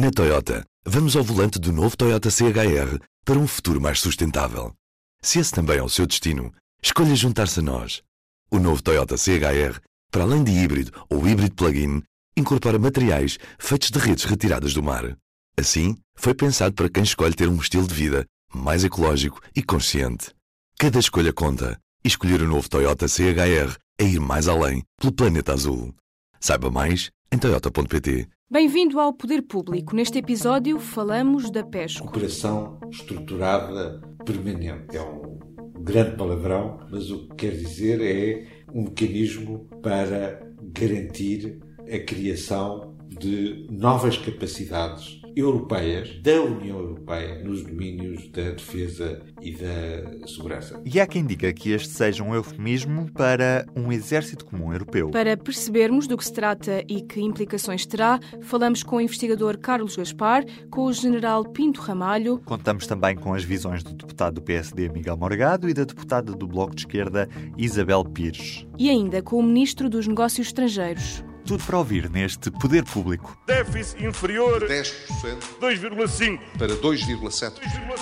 Na Toyota, vamos ao volante do novo Toyota CHR para um futuro mais sustentável. Se esse também é o seu destino, escolha juntar-se a nós. O novo Toyota CHR, para além de híbrido ou híbrido plug-in, incorpora materiais feitos de redes retiradas do mar. Assim, foi pensado para quem escolhe ter um estilo de vida mais ecológico e consciente. Cada escolha conta, e escolher o novo Toyota CHR é ir mais além pelo planeta azul. Saiba mais em toyota.pt. Bem-vindo ao Poder Público. Neste episódio falamos da PESCO. Cooperação estruturada permanente. É um grande palavrão, mas o que quer dizer é um mecanismo para garantir a criação de novas capacidades europeias, da União Europeia, nos domínios da defesa e da segurança. E há quem diga que este seja um eufemismo para um exército comum europeu. Para percebermos do que se trata e que implicações terá, falamos com o investigador Carlos Gaspar, com o general Pinto Ramalho. Contamos também com as visões do deputado do PSD, Miguel Morgado, e da deputada do Bloco de Esquerda, Isabel Pires. E ainda com o ministro dos Negócios Estrangeiros. Tudo para ouvir neste Poder Público. Déficit inferior 10%, 2,5%, para 2,7%,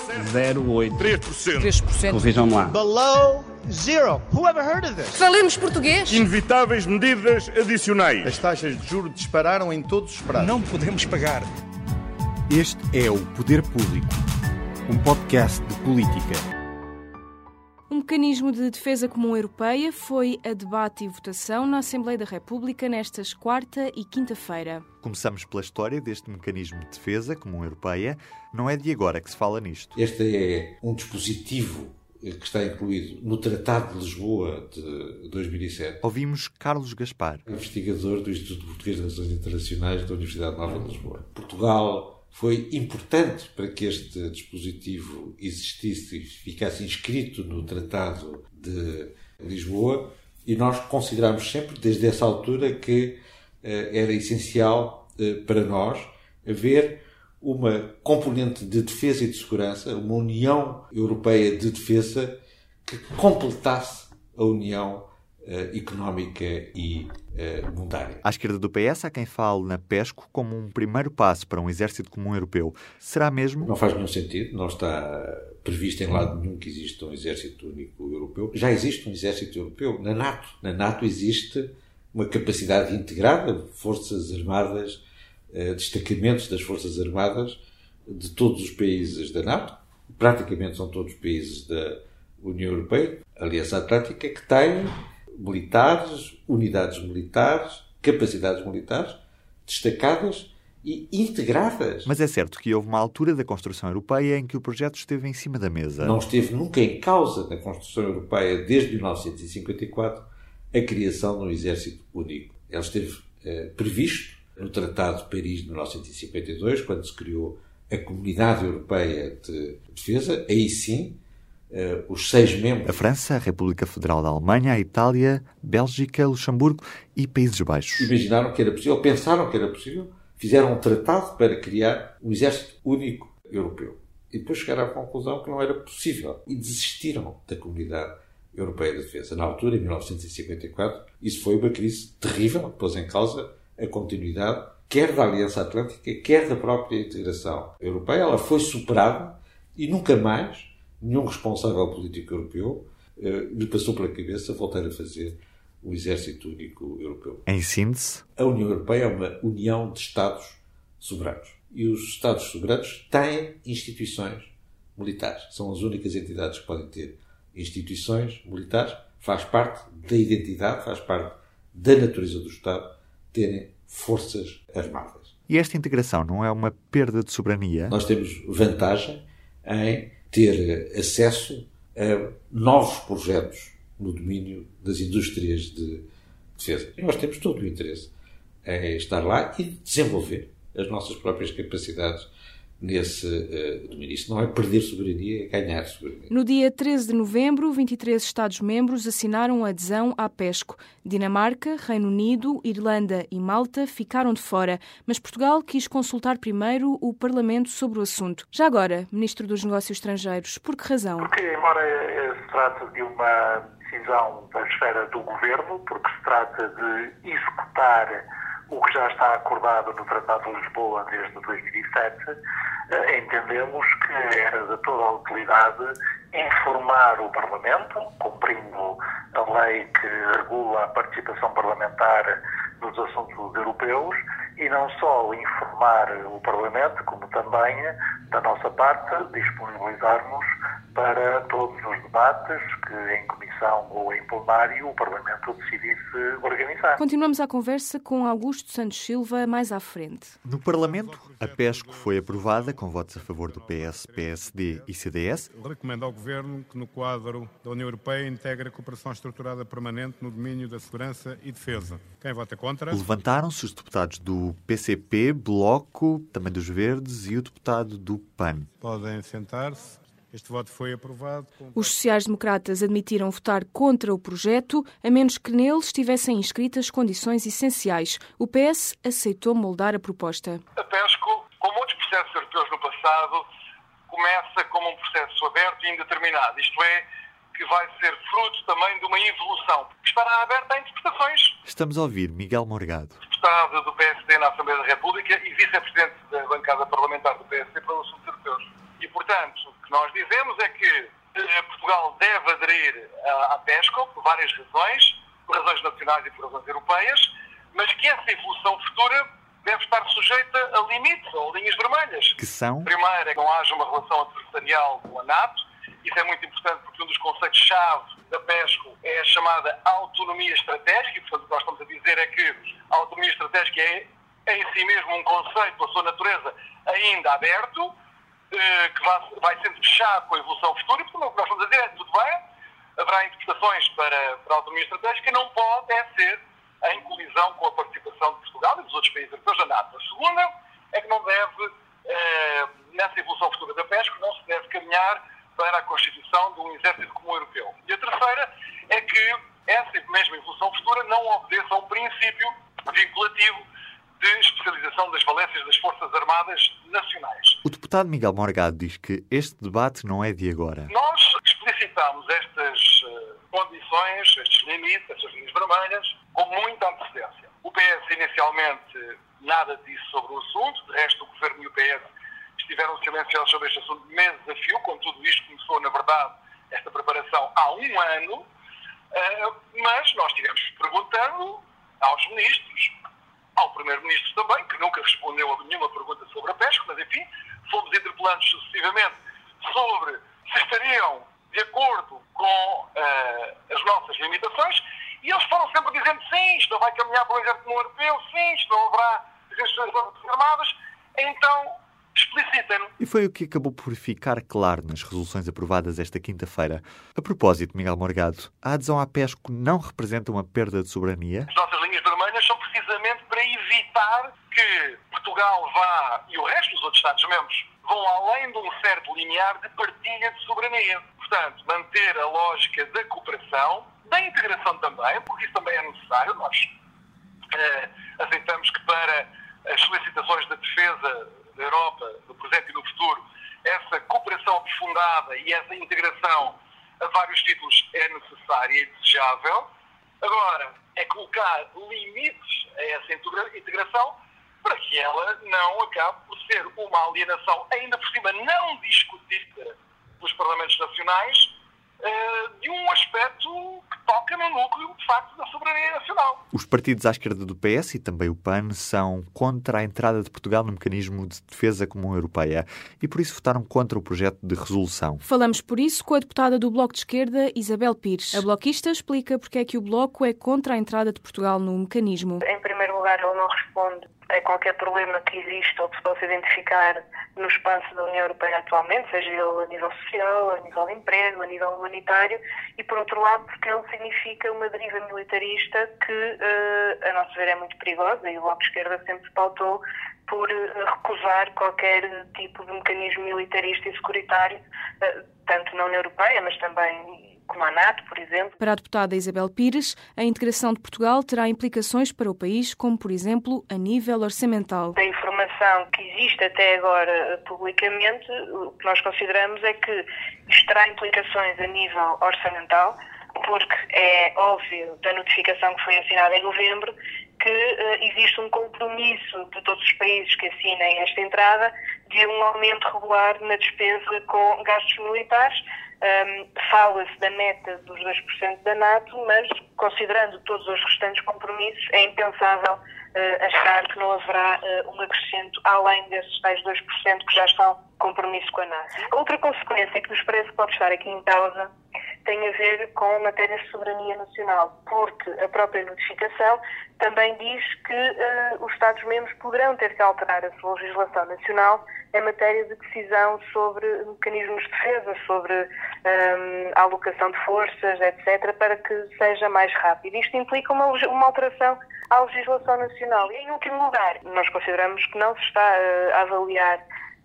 0,8%, 3%. Vejam lá. Below zero. Who ever heard of this? Falemos português. Inevitáveis medidas adicionais. As taxas de juros dispararam em todos os prazos. Não podemos pagar. Este é o Poder Público, um podcast de política. Um mecanismo de defesa comum europeia foi a debate e votação na Assembleia da República nestas quarta e quinta-feira. Começamos pela história deste mecanismo de defesa comum europeia. Não é de agora que se fala nisto. Este é um dispositivo que está incluído no Tratado de Lisboa de 2007. Ouvimos Carlos Gaspar, investigador do Instituto Português de Relações Internacionais da Universidade Nova de Lisboa. Portugal foi importante para que este dispositivo existisse e ficasse inscrito no Tratado de Lisboa, e nós consideramos sempre, desde essa altura, que era essencial para nós haver uma componente de defesa e de segurança, uma União Europeia de Defesa que completasse a União económica e monetária. À esquerda do PS há quem fale na PESCO como um primeiro passo para um exército comum europeu. Será mesmo? Não faz nenhum sentido, não está previsto em lado nenhum que exista um exército único europeu. Já existe um exército europeu na NATO. Na NATO existe uma capacidade integrada de forças armadas, destacamentos das forças armadas de todos os países da NATO. Praticamente são todos os países da União Europeia, a Aliança Atlântica, que têm militares, unidades militares, capacidades militares destacadas e integradas. Mas é certo que houve uma altura da construção europeia em que o projeto esteve em cima da mesa. Não esteve nunca em causa na construção europeia, desde 1954, a criação de um exército único. Ele esteve previsto no Tratado de Paris de 1952, quando se criou a Comunidade Europeia de Defesa. Aí sim, os 6 membros... A França, a República Federal da Alemanha, a Itália, Bélgica, Luxemburgo e Países Baixos. Imaginaram que era possível, pensaram que era possível, fizeram um tratado para criar um exército único europeu. E depois chegaram à conclusão que não era possível. E desistiram da Comunidade Europeia de Defesa. Na altura, em 1954, isso foi uma crise terrível, que pôs em causa a continuidade, quer da Aliança Atlântica, quer da própria integração europeia. Ela foi superada e nunca mais nenhum responsável político europeu lhe passou pela cabeça voltar a fazer um exército único europeu. Em síntese, a União Europeia é uma união de Estados soberanos. E os Estados soberanos têm instituições militares. São as únicas entidades que podem ter instituições militares. Faz parte da identidade, faz parte da natureza do Estado terem forças armadas. E esta integração não é uma perda de soberania? Nós temos vantagem em ter acesso a novos projetos no domínio das indústrias de defesa. E nós temos todo o interesse em estar lá e desenvolver as nossas próprias capacidades nesse domínio. Isso não é perder soberania, é ganhar soberania. No dia 13 de novembro, 23 Estados-membros assinaram a adesão à PESCO. Dinamarca, Reino Unido, Irlanda e Malta ficaram de fora, mas Portugal quis consultar primeiro o Parlamento sobre o assunto. Já agora, Ministro dos Negócios Estrangeiros, por que razão? Porque, embora se trate de uma decisão da esfera do Governo, porque se trata de executar o que já está acordado no Tratado de Lisboa desde 2007, entendemos que era de toda a utilidade informar o Parlamento, cumprindo a lei que regula a participação parlamentar nos assuntos europeus, e não só informar o Parlamento, como também, da nossa parte, disponibilizar-nos para todos os debates que em comissão ou em plenário o Parlamento decidisse organizar. Continuamos a conversa com Augusto Santos Silva mais à frente. No Parlamento, a PESCO foi aprovada com votos a favor do PS, PSD e CDS. Recomendo ao Governo que no quadro da União Europeia integre a cooperação estruturada permanente no domínio da segurança e defesa. Quem vota contra? Levantaram-se os deputados do PCP, Bloco, também dos Verdes e o deputado do PAN. Podem sentar-se. Este voto foi aprovado. Os sociais-democratas admitiram votar contra o projeto, a menos que nele estivessem inscritas condições essenciais. O PS aceitou moldar a proposta. A PESCO, como outros processos europeus no passado, começa como um processo aberto e indeterminado. Isto é, que vai ser fruto também de uma evolução, que estará aberta a interpretações. Estamos a ouvir Miguel Morgado, deputado do PSD na Assembleia da República e vice-presidente da bancada parlamentar do PSD para os assuntos europeus. E, portanto, o que nós dizemos é que Portugal deve aderir à PESCO por várias razões, por razões nacionais e por razões europeias, mas que essa evolução futura deve estar sujeita a limites ou linhas vermelhas. Que são? Primeiro, é que não haja uma relação adversarial com a NATO. Isso é muito importante porque um dos conceitos-chave da PESCO é a chamada autonomia estratégica. E, portanto, o que nós estamos a dizer é que a autonomia estratégica é em si mesmo um conceito, pela sua natureza, ainda aberto, que vai sendo fechado com a evolução futura. E, portanto, o que nós estamos a dizer é tudo bem, haverá interpretações para a autonomia estratégica, não pode ser em colisão com a participação de Portugal e dos outros países europeus da NATO. A segunda é que não deve, nessa evolução futura da PESCO, não se deve caminhar para a constituição de um exército comum europeu. E a terceira é que essa mesma evolução futura não obedeça a um princípio vinculativo de especialização das valências das Forças Armadas Nacionais. O deputado Miguel Morgado diz que este debate não é de agora. Nós explicitamos estas condições, estes limites, estas linhas vermelhas, com muita antecedência. O PS inicialmente nada disse sobre o assunto, de resto o Governo e o PS estiveram silenciosos sobre este assunto meses a fio, quando tudo isto começou, na verdade, esta preparação há um ano, mas nós estivemos perguntando aos ministros, ao Primeiro-Ministro também, que nunca respondeu a nenhuma pergunta sobre a PESCO, mas enfim, fomos interpelando sucessivamente sobre se estariam de acordo com as nossas limitações, e eles foram sempre dizendo sim, isto não vai caminhar para o exército comum europeu, sim, isto não haverá Forças Armadas, então explicitem-no. E foi o que acabou por ficar claro nas resoluções aprovadas esta quinta-feira. A propósito, Miguel Morgado, a adesão à PESCO não representa uma perda de soberania? As nossas linhas vermelhas são precisamente para evitar que Portugal vá, e o resto dos outros Estados-membros, vão além de um certo limiar de partilha de soberania. Portanto, manter a lógica da cooperação, da integração também, porque isso também é necessário. Nós aceitamos que para as solicitações da defesa da Europa, no presente e no futuro, essa cooperação aprofundada e essa integração a vários títulos é necessária e desejável. Agora, é colocar limites a essa integração para que ela não acabe por ser uma alienação, ainda por cima não discutida pelos Parlamentos Nacionais, de um aspecto que toca no núcleo, de facto, da soberania nacional. Os partidos à esquerda do PS e também o PAN são contra a entrada de Portugal no mecanismo de defesa comum europeia e por isso votaram contra o projeto de resolução. Falamos por isso com a deputada do Bloco de Esquerda, Isabel Pires. A bloquista explica porque é que o Bloco é contra a entrada de Portugal no mecanismo. Em primeiro lugar, ele não responde a qualquer problema que existe ou que se possa identificar no espaço da União Europeia atualmente, seja ele a nível social, a nível de emprego, a nível humanitário, e por outro lado porque ele significa uma deriva militarista que, a nosso ver, é muito perigosa, e o Bloco de Esquerda sempre pautou por recusar qualquer tipo de mecanismo militarista e securitário, tanto na União Europeia, mas também como a NATO, por exemplo. Para a deputada Isabel Pires, a integração de Portugal terá implicações para o país, como, por exemplo, a nível orçamental. Da informação que existe até agora publicamente, o que nós consideramos é que isto terá implicações a nível orçamental, porque é óbvio da notificação que foi assinada em novembro que existe um compromisso de todos os países que assinem esta entrada de um aumento regular na despesa com gastos militares. Fala-se da meta dos 2% da NATO, mas considerando todos os restantes compromissos, é impensável achar que não haverá um acrescento além desses tais 2% que já estão compromisso com a NATO. Outra consequência que nos parece que pode estar aqui em causa tem a ver com a matéria de soberania nacional, porque a própria notificação também diz que os Estados-membros poderão ter que alterar a sua legislação nacional em matéria de decisão sobre mecanismos de defesa, sobre a alocação de forças, etc., para que seja mais rápido. Isto implica uma alteração à legislação nacional. E, em último lugar, nós consideramos que não se está a avaliar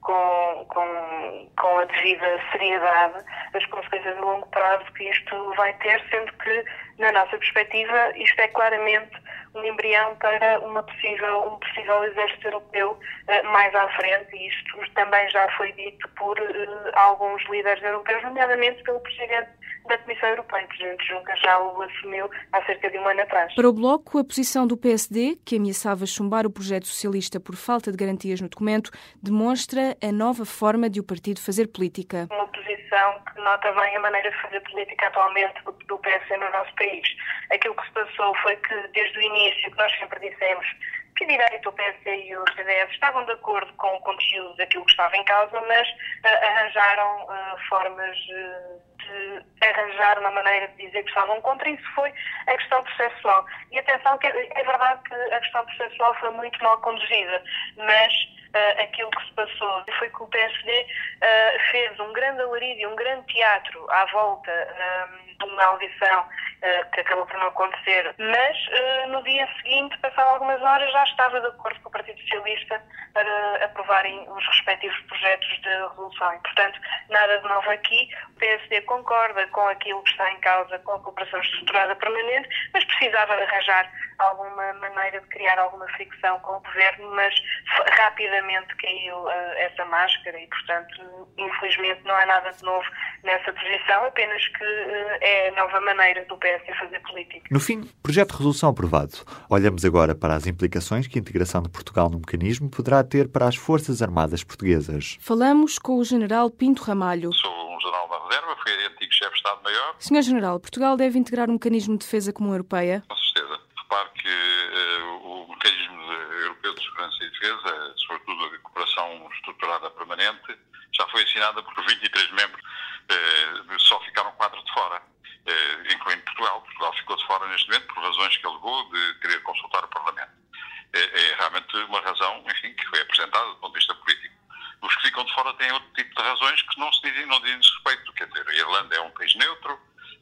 com a devida seriedade as consequências a longo prazo que isto vai ter, sendo que, na nossa perspectiva, isto é claramente um embrião para um possível exército europeu mais à frente, e isto também já foi dito por alguns líderes europeus, nomeadamente pelo Presidente da Comissão Europeia. O Presidente Juncker já o assumiu há cerca de um ano atrás. Para o Bloco, a posição do PSD, que ameaçava chumbar o projeto socialista por falta de garantias no documento, demonstra a nova forma de o partido fazer política. Uma posição que nota bem a maneira de fazer política atualmente do PSD no nosso país. Aquilo que se passou foi que, desde o início, que nós sempre dissemos que a direita, o PSD e o CDS estavam de acordo com o conteúdo daquilo que estava em causa, mas arranjaram formas de arranjar uma maneira de dizer que estavam contra. Isso foi a questão processual. E atenção, que é verdade que a questão processual foi muito mal conduzida, mas aquilo que se passou foi que o PSD fez um grande alarido e um grande teatro à volta de uma audição que acabou por não acontecer, mas no dia seguinte, passado algumas horas, já estava de acordo com o Partido Socialista para aprovarem os respectivos projetos de resolução. E, portanto, nada de novo aqui. O PSD concorda com aquilo que está em causa, com a cooperação estruturada permanente, mas precisava de arranjar alguma maneira de criar alguma fricção com o governo, mas rapidamente caiu essa máscara e, portanto, infelizmente não há nada de novo nessa posição, apenas que é a nova maneira do PSD fazer política. No fim, projeto de resolução aprovado. Olhamos agora para as implicações que a integração de Portugal no mecanismo poderá ter para as Forças Armadas Portuguesas. Falamos com o General Pinto Ramalho. Sou um general da reserva, fui antigo chefe de Estado-Maior. Sr. General, Portugal deve integrar um mecanismo de defesa comum europeia? Com certeza. Repare que o mecanismo europeu de segurança e defesa, sobretudo a cooperação estruturada permanente, já foi assinada por 23 membros, só ficaram 4 de fora, incluindo Portugal. Portugal ficou de fora neste momento por razões que alegou de querer consultar o Parlamento. É realmente uma razão, enfim, que foi apresentada do ponto de vista político. Os que ficam de fora têm outro tipo de razões que não dizem respeito. Quer dizer, a Irlanda é um país neutro,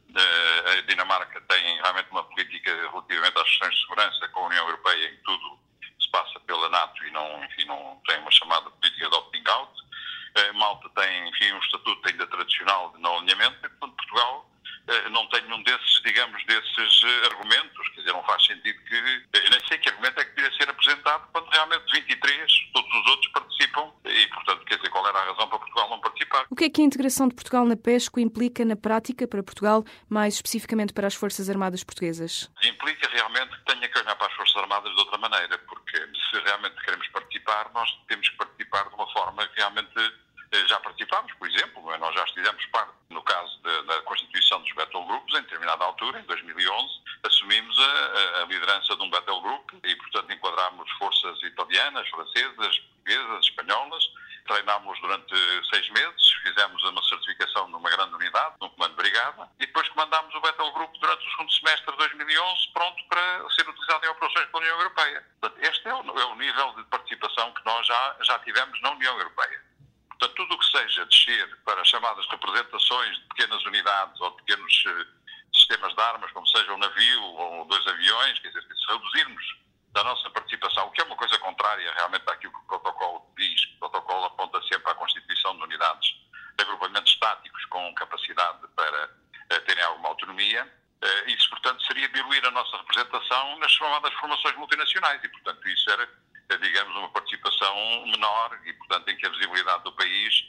a Dinamarca tem realmente uma política relativamente às questões de segurança com a União Europeia, em que tudo se passa pela NATO e não tem uma chamada política de opting-out. Malta tem, enfim, um estatuto ainda tradicional de não alinhamento, e, portanto, Portugal não tem nenhum desses argumentos. Quer dizer, não faz sentido que... Eu nem sei que argumento é que devia ser apresentado quando realmente 23, todos os outros participam e, portanto, quer dizer, qual era a razão para Portugal não participar? O que é que a integração de Portugal na PESCO implica na prática para Portugal, mais especificamente para as Forças Armadas Portuguesas? Implica realmente que tenha que olhar para as Forças Armadas de outra maneira, porque se realmente queremos participar, nós temos que participar de uma forma que realmente já participámos, por exemplo, nós já fizemos parte, no caso da constituição dos battle groups, em determinada altura, em 2011, assumimos a liderança de um battle group e, portanto, enquadrámos forças italianas, francesas, portuguesas, espanholas, treinámos durante 6 meses, fizemos uma certificação numa grande unidade, num comando de brigada, e depois comandámos o battle group durante o segundo semestre de 2011, pronto para ser utilizado em operações pela União Europeia. Portanto, este é o nível de participação que nós já tivemos na União Europeia. Portanto, tudo o que seja descer para as chamadas representações de pequenas unidades ou pequenos sistemas de armas, como seja um navio ou 2 aviões, quer dizer, se reduzirmos da nossa participação, o que é uma coisa contrária realmente àquilo que o protocolo diz. O protocolo aponta sempre à constituição de unidades de agrupamentos táticos com capacidade para terem alguma autonomia. Isso, portanto, seria diluir a nossa representação nas chamadas formações multinacionais e, portanto, isso era, digamos, uma participação menor e, portanto, em que a visibilidade do país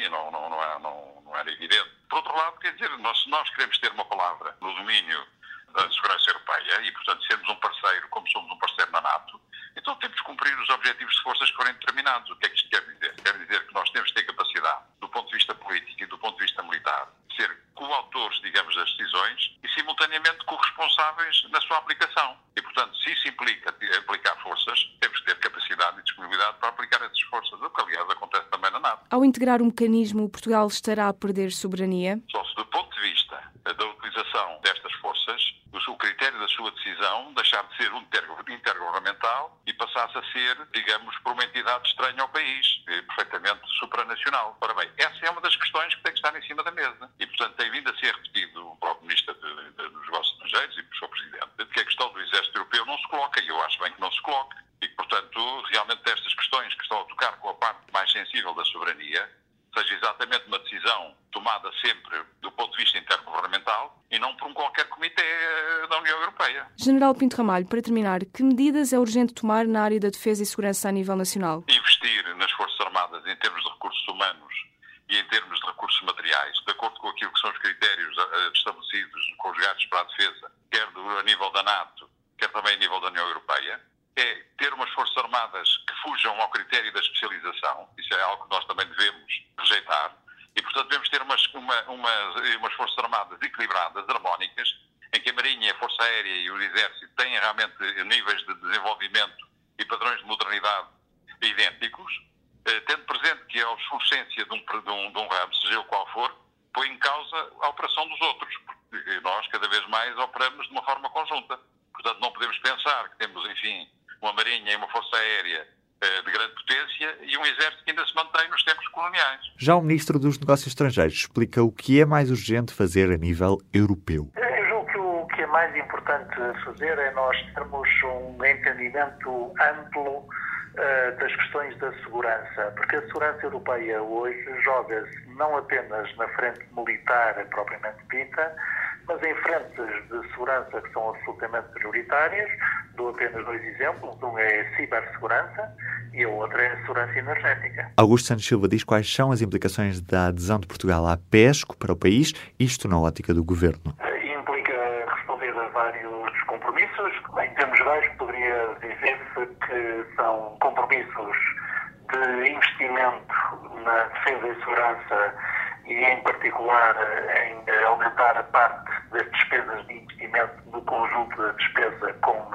não era evidente. Por outro lado, quer dizer, se nós queremos ter uma palavra no domínio da segurança europeia e, portanto, sermos um parceiro, como somos um parceiro na NATO, então temos que cumprir os objetivos de forças que forem determinados. O que é que isto quer dizer? Quer dizer que nós temos que ter capacidade, do ponto de vista político e do ponto de vista militar, de ser coautores, digamos, das decisões e, simultaneamente, corresponsáveis na sua aplicação. E, portanto, se isso implica aplicar forças, temos que ter capacidade e disponibilidade para aplicar essas forças, o que, aliás, acontece também na NATO. Ao integrar o mecanismo, Portugal estará a perder soberania? Só se, do ponto de vista da utilização destas forças, o critério da sua decisão deixar de ser intergovernamental e passasse a ser, digamos, por uma entidade estranha ao país, perfeitamente supranacional. Ora bem, essa é uma das questões que tem que estar em cima da mesa. E, portanto, tem vindo a ser repetido pelo Ministro dos Negócios Estrangeiros e pelo Sr. Presidente, que a questão do Exército Europeu não se coloca, e eu acho bem que não se coloque. E que, portanto, realmente estas questões que estão a tocar com a parte mais sensível da soberania, seja exatamente uma decisão tomada sempre do ponto de vista intergovernamental e não por qualquer comitê da União Europeia. General Pinto Ramalho, para terminar, que medidas é urgente tomar na área da defesa e segurança a nível nacional? Investir nas Forças Armadas em termos de recursos humanos e em termos de recursos materiais, de acordo com aquilo que são os critérios estabelecidos com os gastos para a defesa, quer a nível da NATO, quer também a nível da União Europeia, é ter umas Forças Armadas que fujam ao critério da especialização. Isso é algo que nós também devemos rejeitar. E, portanto, devemos ter umas Forças Armadas equilibradas, harmónicas, em que a Marinha, a Força Aérea e o Exército tenham realmente níveis de desenvolvimento e padrões de modernidade idênticos, tendo presente que a obsolescência de um ramo, seja ele qual for, põe em causa a operação dos outros. Porque nós, cada vez mais, operamos de uma forma conjunta. Portanto, não podemos pensar que temos, enfim, uma Marinha e uma Força Aérea de grande potência e um Exército que ainda se mantém nos tempos coloniais. Já o Ministro dos Negócios Estrangeiros explica o que é mais urgente fazer a nível europeu. Eu julgo que o que é mais importante fazer é nós termos um entendimento amplo das questões da segurança, porque a segurança europeia hoje joga-se não apenas na frente militar propriamente dita, mas em frentes de segurança que são absolutamente prioritárias. Dou apenas 2 exemplos. Um é a cibersegurança e a outra é a segurança energética. Augusto Santos Silva diz quais são as implicações da adesão de Portugal à PESCO para o país, isto na ótica do Governo. Implica responder a vários compromissos. Em termos gerais, poderia dizer-se que são compromissos de investimento na defesa e segurança e, em particular, em aumentar a parte das despesas de investimento no conjunto da despesa com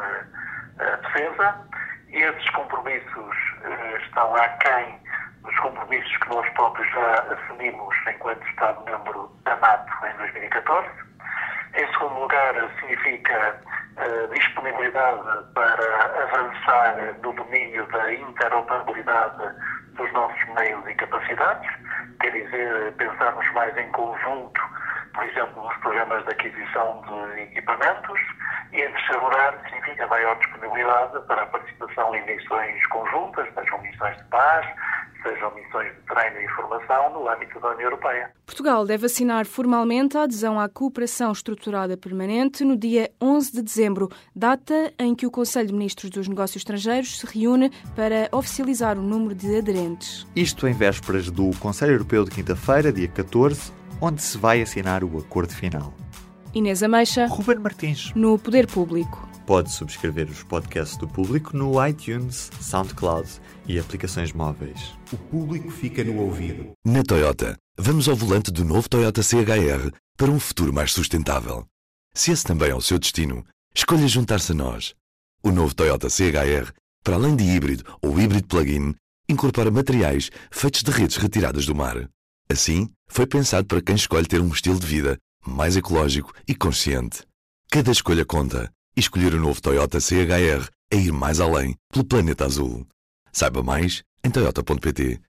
a defesa. E esses compromissos estão aquém dos compromissos que nós próprios já assumimos enquanto Estado-membro da NATO em 2014. Em segundo lugar, significa disponibilidade para avançar no domínio da interoperabilidade dos nossos meios e capacidades, quer dizer, pensarmos mais em conjunto, por exemplo, nos programas de aquisição de equipamentos, e em terceiro lugar, significa maior disponibilidade para a participação em missões conjuntas, sejam missões de paz, sejam missões de treino e formação no âmbito da União Europeia. Portugal deve assinar formalmente a adesão à Cooperação Estruturada Permanente no dia 11 de dezembro, data em que o Conselho de Ministros dos Negócios Estrangeiros se reúne para oficializar o número de aderentes. Isto em vésperas do Conselho Europeu de quinta-feira, dia 14, onde se vai assinar o acordo final. Inês Ameixa, Ruben Martins, no Poder Público. Pode subscrever os podcasts do Público no iTunes, SoundCloud e aplicações móveis. O Público fica no ouvido. Na Toyota, vamos ao volante do novo Toyota CHR para um futuro mais sustentável. Se esse também é o seu destino, escolha juntar-se a nós. O novo Toyota CHR, para além de híbrido ou híbrido plug-in, incorpora materiais feitos de redes retiradas do mar. Assim, foi pensado para quem escolhe ter um estilo de vida mais ecológico e consciente. Cada escolha conta. E escolher o novo Toyota CHR é ir mais além pelo planeta azul. Saiba mais em toyota.pt.